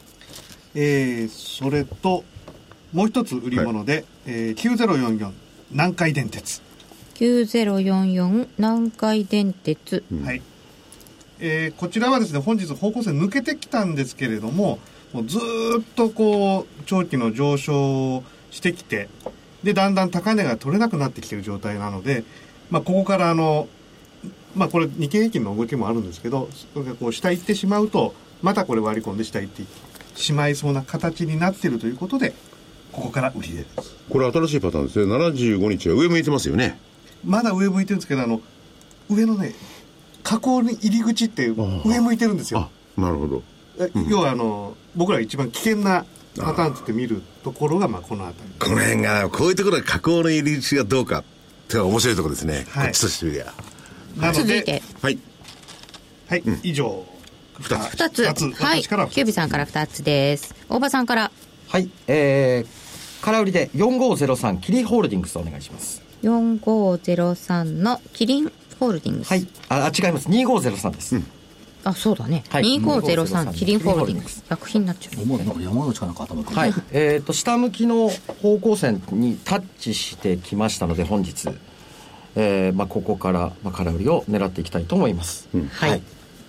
それともう一つ売り物で、9044南海電鉄。 9044南海電鉄、 はい。こちらはですね、本日方向線抜けてきたんですけれども、もうずっとこう長期の上昇してきて、でだんだん高値が取れなくなってきている状態なので、ここからこれ日経平均の動きもあるんですけど、それがこう下行ってしまうとまたこれ割り込んで下行ってしまいそうな形になっているということで、ここから売りです。 これ新しいパターンですね。75日は上向いてますよね。まだ上向いてるんですけど、上のね下降に入り口って上向いてるんですよ。 なるほど。 要は僕らが一番危険なパターンって見るところがこの辺り。 この辺がこういうところが下降の入り口がどうかって面白いところですね。こっちとしてみりゃ。 なので続いてはい、以上 2つはい。キュービさんから2つです。大場さんからはい空売りで4503キリンホールディングスお願いします。 4503のキリンホールディングス。 はい。違います。2503です。 あ、そうだね。はい、2503キリンホールディングス。薬品になっちゃうね。 なんか山口かなんか頭が。 はい。下向きの方向線にタッチしてきましたので、本日、ここから、空売りを狙っていきたいと思います。 はい。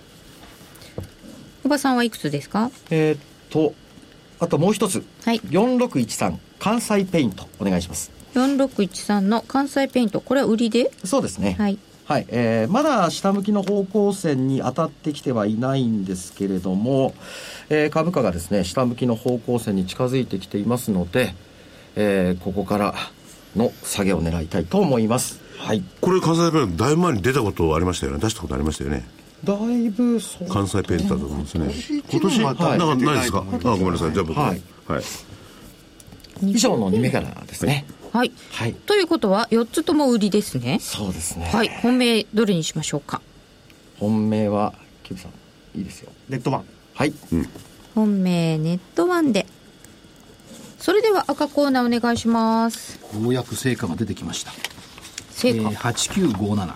おばさんはいくつですか？ あともう一つ。 はい。 4613関西ペイントお願いします。 4613の関西ペイント、これは売りで？ そうですね。 はい。 はい。まだ下向きの方向線に当たってきてはいないんですけれども、株価がですね、下向きの方向線に近づいてきていますので、ここからの下げを狙いたいと思います。はい。 これ関西ペイントだいぶ前に出たことありましたよね。出したことありましたよね。 だいぶ関西ペイントだと思うんですね。今年はなんかないですか？ごめんなさい。じゃあ僕はい。 以上の2銘柄ですね。 はい。はい。ということは4つとも売りですね。 そうですね。 はい。本命どれにしましょうか？ 本命はキューブさんいいですよ。 ネットワン。 はい。 本命ネットワンで。それでは赤コーナーお願いします。 ようやく成果が出てきました。 成果。 8957。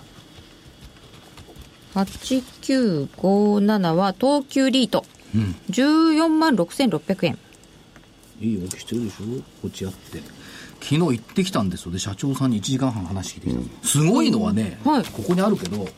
8957は東急リート。14万6600円。 いい動きしてるでしょ。こっちやって。 昨日行ってきたんですよ。で、社長さんに1時間半話聞いてきた。すごいのはね、ここにあるけど、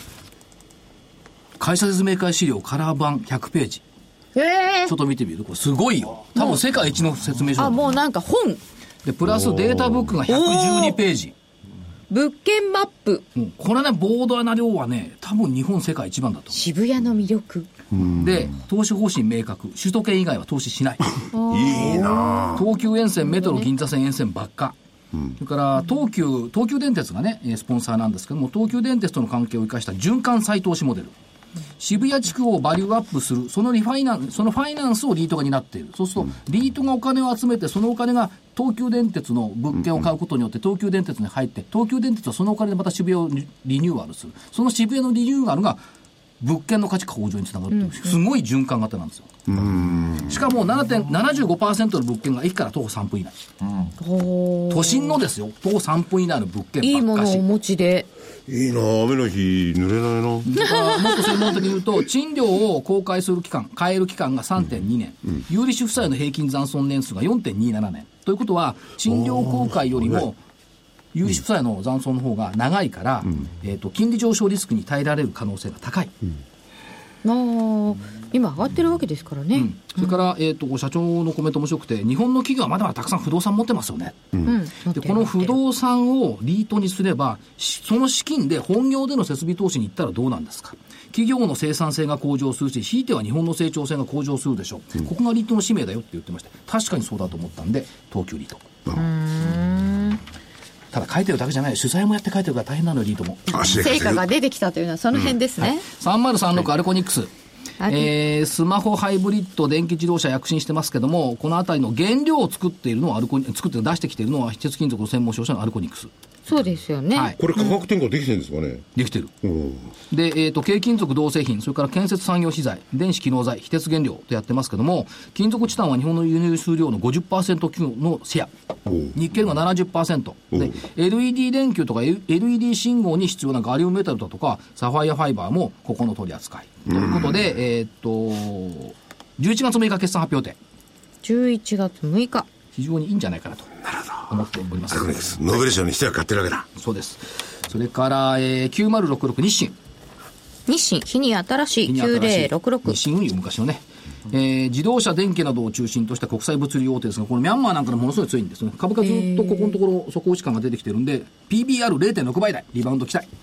会社説明会資料カラー版100ページ。ちょっと見てみる？これすごいよ。多分世界一の説明書。 もうなんか本。 で、プラスデータブックが112ページ。 物件マップ。 これね、膨大な量はね、多分日本世界一番だと。 渋谷の魅力。 で、投資方針明確。首都圏以外は投資しない。 いいな東急沿線、メトロ銀座線沿線ばっか。それから東急電鉄がね、スポンサーなんですけども、東急電鉄との関係を生かした循環再投資モデル。渋谷地区をバリューアップする、そのファイナンスをリートが担っている。そうすると、リートがお金を集めて、そのお金が東急電鉄の物件を買うことによって、東急電鉄に入って、東急電鉄はそのお金でまた渋谷をリニューアルする。その渋谷のリニューアルが、物件の価値向上につながるっていう、すごい循環型なんですよ。しかも 75% の物件が駅から徒歩3分以内。都心のですよ、徒歩3分以内の物件ばっかし。 いいものをお持ちで。 いいな雨の日濡れないな。 もっと専門的に言うと、賃料を公開する期間、変える期間が 3.2 年、有利子負債の平均残存年数が 4.27 年。ということは、賃料公開よりも、有利子負債の残存の方が長いから、金利上昇リスクに耐えられる可能性が高い。 今上がってるわけですからね。 それから、社長のコメント面白くて、日本の企業はまだまだたくさん不動産持ってますよね。で、この不動産をリートにすれば、その資金で本業での設備投資に行ったらどうなんですか。企業の生産性が向上するし、ひいては日本の成長性が向上するでしょう。ここがリートの使命だよって言ってまして、確かにそうだと思ったんで、東急リート。ただ書いてるだけじゃない、取材もやって書いてるから大変なのよ、リートも。 成果が出てきたというのはその辺ですね。 3036アルコニックス。スマホハイブリッド電気自動車躍進してますけども、このあたりの原料を作っているのは作って出してきているのは非鉄金属の専門商社のアルコニックス。 そうですよね。 これ価格転嫁できてるんですかね。 できてる。で、軽金属銅製品、それから建設産業資材、電子機能材、非鉄原料とやってますけども、金属チタンは日本の輸入数量の 50% 級のシェア。ニッケルが 70%。で、LED 電球とか LED 信号に必要なガリウムメタルだとか、サファイアファイバーもここの取り扱い。ということで、11月6日決算発表で。 11月6日。 非常にいいんじゃないかなと思っております。 ノーベル賞にしては買ってるわけだ。 そうです。それから、9066日清。 日に新しい9066。 日清運輸昔のね。自動車電気などを中心とした国際物流大手ですが、このミャンマーなんかのものすごい強いんですね。株価ずっとここのところ底打ち感が出てきてるんで、PBR0.6 倍台リバウンド期待。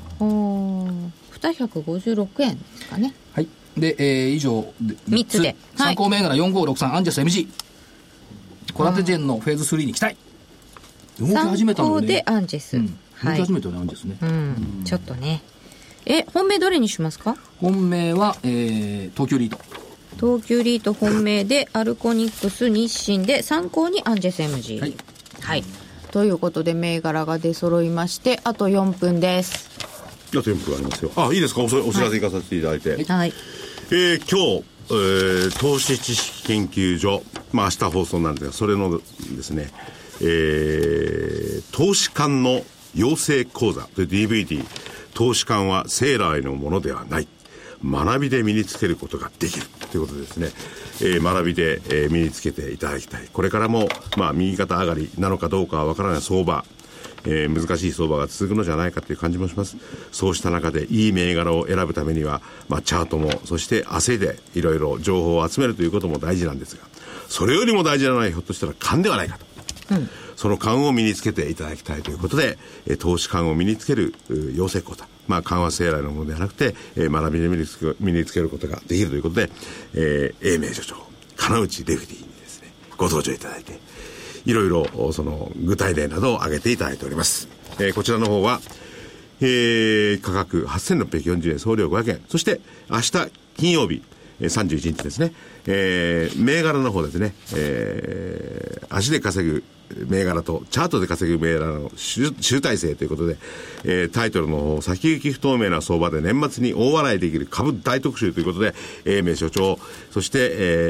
256円ですかね。 はい。で、以上 3つで参考銘柄4563アンジェス MG。コラテジェンのフェーズ3に期待。動き始めたのね。 参考でアンジェス。 動き始めたのね、アンジェスね。 ちょっとね。本命どれにしますか？ 本命は、東急リート。 東急リート本命で、アルコニックス、日清で、参考にアンジェス MG。はい。はい。ということで、銘柄が出揃いまして、あと4分です。 あと4分ありますよ。いいですか？お知らせいかさせていただいて。 はい。 今日、投資知識研究所、明日放送なんですが、それのですね、投資家の養成講座という DVD、投資家は生来のものではない。学びで身につけることができるということですね。学びで、身につけていただきたい。これからも、右肩上がりなのかどうかはわからない相場、難しい相場が続くのじゃないかという感じもします。そうした中でいい銘柄を選ぶためには、チャートも、そして汗でいろいろ情報を集めるということも大事なんですが、それよりも大事なのはひょっとしたら勘ではないかと。その勘を身につけていただきたいということで、投資勘を身につける養成講座。勘は生来のものではなくて、学びで身につけることができるということで、英明所長、金内デフディにですね、ご登場いただいて、いろいろその具体例などを挙げていただいております。こちらの方は、価格8640円、送料500円。そして明日金曜日、31日ですね、銘柄の方ですね、足で稼ぐ銘柄とチャートで稼ぐ銘柄の集大成ということで、タイトルの方、先行き不透明な相場で年末に大笑いできる株大特集ということで、英明所長、そして、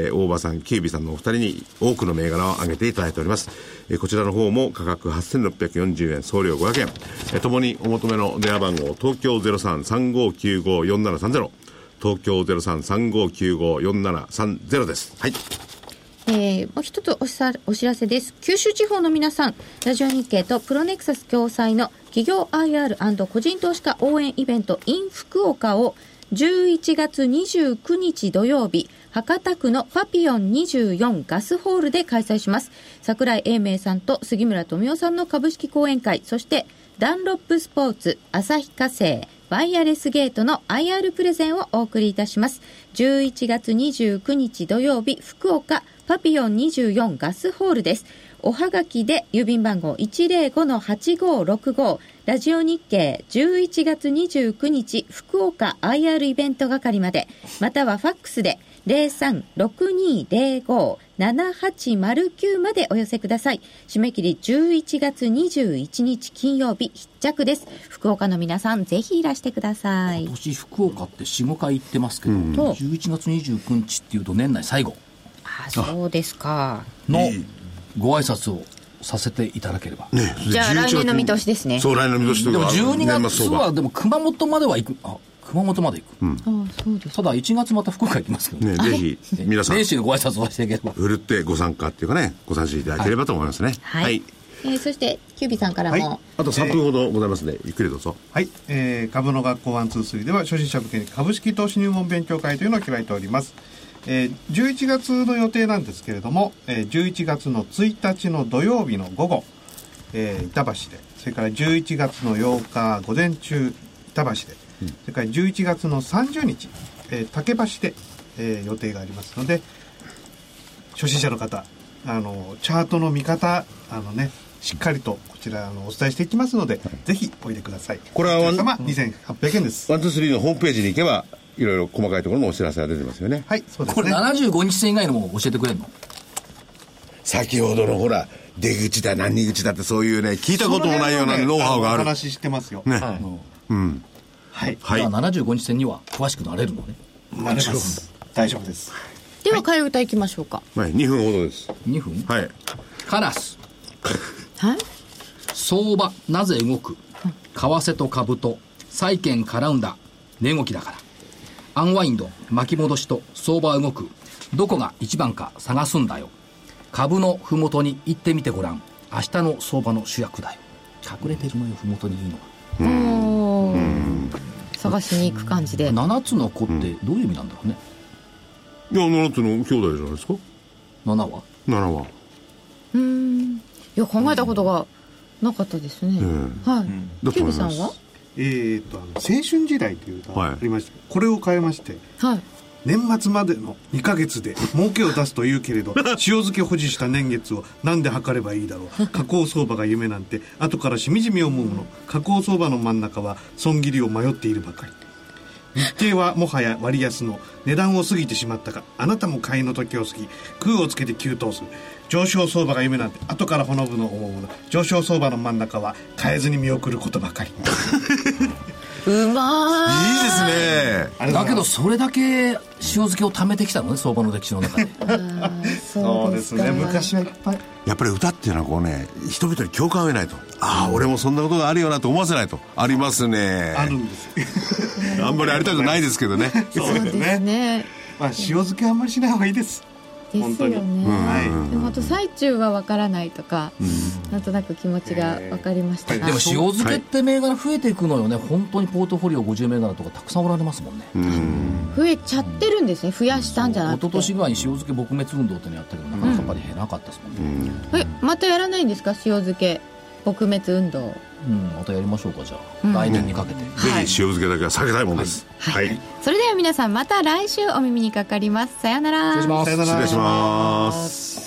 大場さん、キュービさんのお二人に多くの銘柄を挙げていただいております。こちらの方も価格8640円、送料500円。ともにお求めの電話番号、東京 03-3595-4730。東京 03-3595-4730 です。はい。 もう一つお知らせです。九州地方の皆さん、ラジオ日経とプロネクサス共催の企業 IR& 個人投資家応援イベント in 福岡を11月29日土曜日、博多区のパピオン24ガスホールで開催します。櫻井英明さんと杉村富夫さんの株式講演会、そしてダンロップスポーツ、旭化成、ワイヤレスゲートの IR プレゼンをお送りいたします。11月29日土曜日、福岡パピオン24ガスホールです。おはがきで郵便番号 105-8565 ラジオ日経11月29日福岡 IR イベント係まで、またはファックスで 03-6205-7809 までお寄せください。締め切り11月21日金曜日必着です。福岡の皆さんぜひいらしてください。 今年福岡って 4,5 回行ってますけど、11月29日っていうと年内最後そうですかのご挨拶をさせていただければ、 ね、 じゃあ来年の見通しですね。 そう、来年の見通しというかでも12月はでも熊本までは行く。熊本まで行く、 そうです。 ただ1月また福岡行きますけどね、ぜひ皆さん年始のご挨拶をしていければふるってご参加っていうかね、ご参加いただければと思いますね。 はい、そしてキュービさんからも、 はい、 あと3分ほどございますね、ゆっくりどうぞ。 はい、株の学校123では初心者向けに株式投資入門勉強会というのを開いております。11月の予定なんですけれども、11月の1日の土曜日の午後、板橋で、それから11月の8日午前中板橋で、それから11月の30日、竹橋で、予定がありますので、初心者の方チャートの見方しっかりとこちらお伝えしていきますので、ぜひおいでください。 これは 2800円です。 123のホームページに行けばいろいろ細かいところのお知らせが出てますよね。 はい、そうですね。 これ75日線以外のものを教えてくれるの？ 先ほどのほら出口だ何口だってそういうね聞いたこともないようなノウハウがある。 お話ししてますよ。 ね。 はい。 はい。75日線には詳しくなれるのね。 なれます。大丈夫です。 では替え歌いきましょうか。 はい、2分ほどです。 2分？ はい。 カラス。 はい。 相場なぜ動く？為替と株と債券絡んだ値動きだから。アンワインド、巻き戻しと相場は動く。どこが一番か探すんだよ。株のふもとに行ってみてごらん。明日の相場の主役だよ。隠れてるのよ、ふもとにいいのが。 探しに行く感じで。 7つの子ってどういう意味なんだろうね。 いや、7つの兄弟じゃないですか。 7は 7は。 いや、考えたことがなかったですね。はい。キュービさんは？ 青春時代という歌がありまして、これを変えまして、年末までの2ヶ月で儲けを出すというけれど塩漬け保持した年月をなんで測ればいいだろう。下降相場が夢なんて後からしみじみ思うもの。下降相場の真ん中は損切りを迷っているばかり。日経はもはや割安の値段を過ぎてしまったが、あなたも買いの時を過ぎ空をつけて急騰する。上昇相場が夢なんて後からほのぶの思うもの。上昇相場の真ん中は変えずに見送ることばかり。 うまいいですね。 だけどそれだけ塩漬けを貯めてきたのね、相場の歴史の中で。 そうですね、昔はいっぱい。 やっぱり歌っていうのはこうね、人々に共感を得ないと、ああ俺もそんなことがあるよなと思わせないと。ありますね。 あるんですあんまりありたくないですけどね。 そうですね。まあ塩漬けはあんまりしない方がいいです。 ですよね。でもあと最中はわからないとか、なんとなく気持ちがわかりましたが。 でも塩漬けって銘柄増えていくのよね。本当にポートフォリオ50銘柄とかたくさんおられますもんね。 増えちゃってるんですね。増やしたんじゃなくて。 一昨年ぐらいに塩漬け撲滅運動ってのやったけど、なかなかやっぱり減らなかったですもんね。 またやらないんですか、塩漬け撲滅運動。 またやりましょうか、じゃあ来年にかけて。 ぜひ塩漬けだけは避けたいものです。はい。 それでは皆さんまた来週お耳にかかります。さようなら。 失礼します。 失礼します。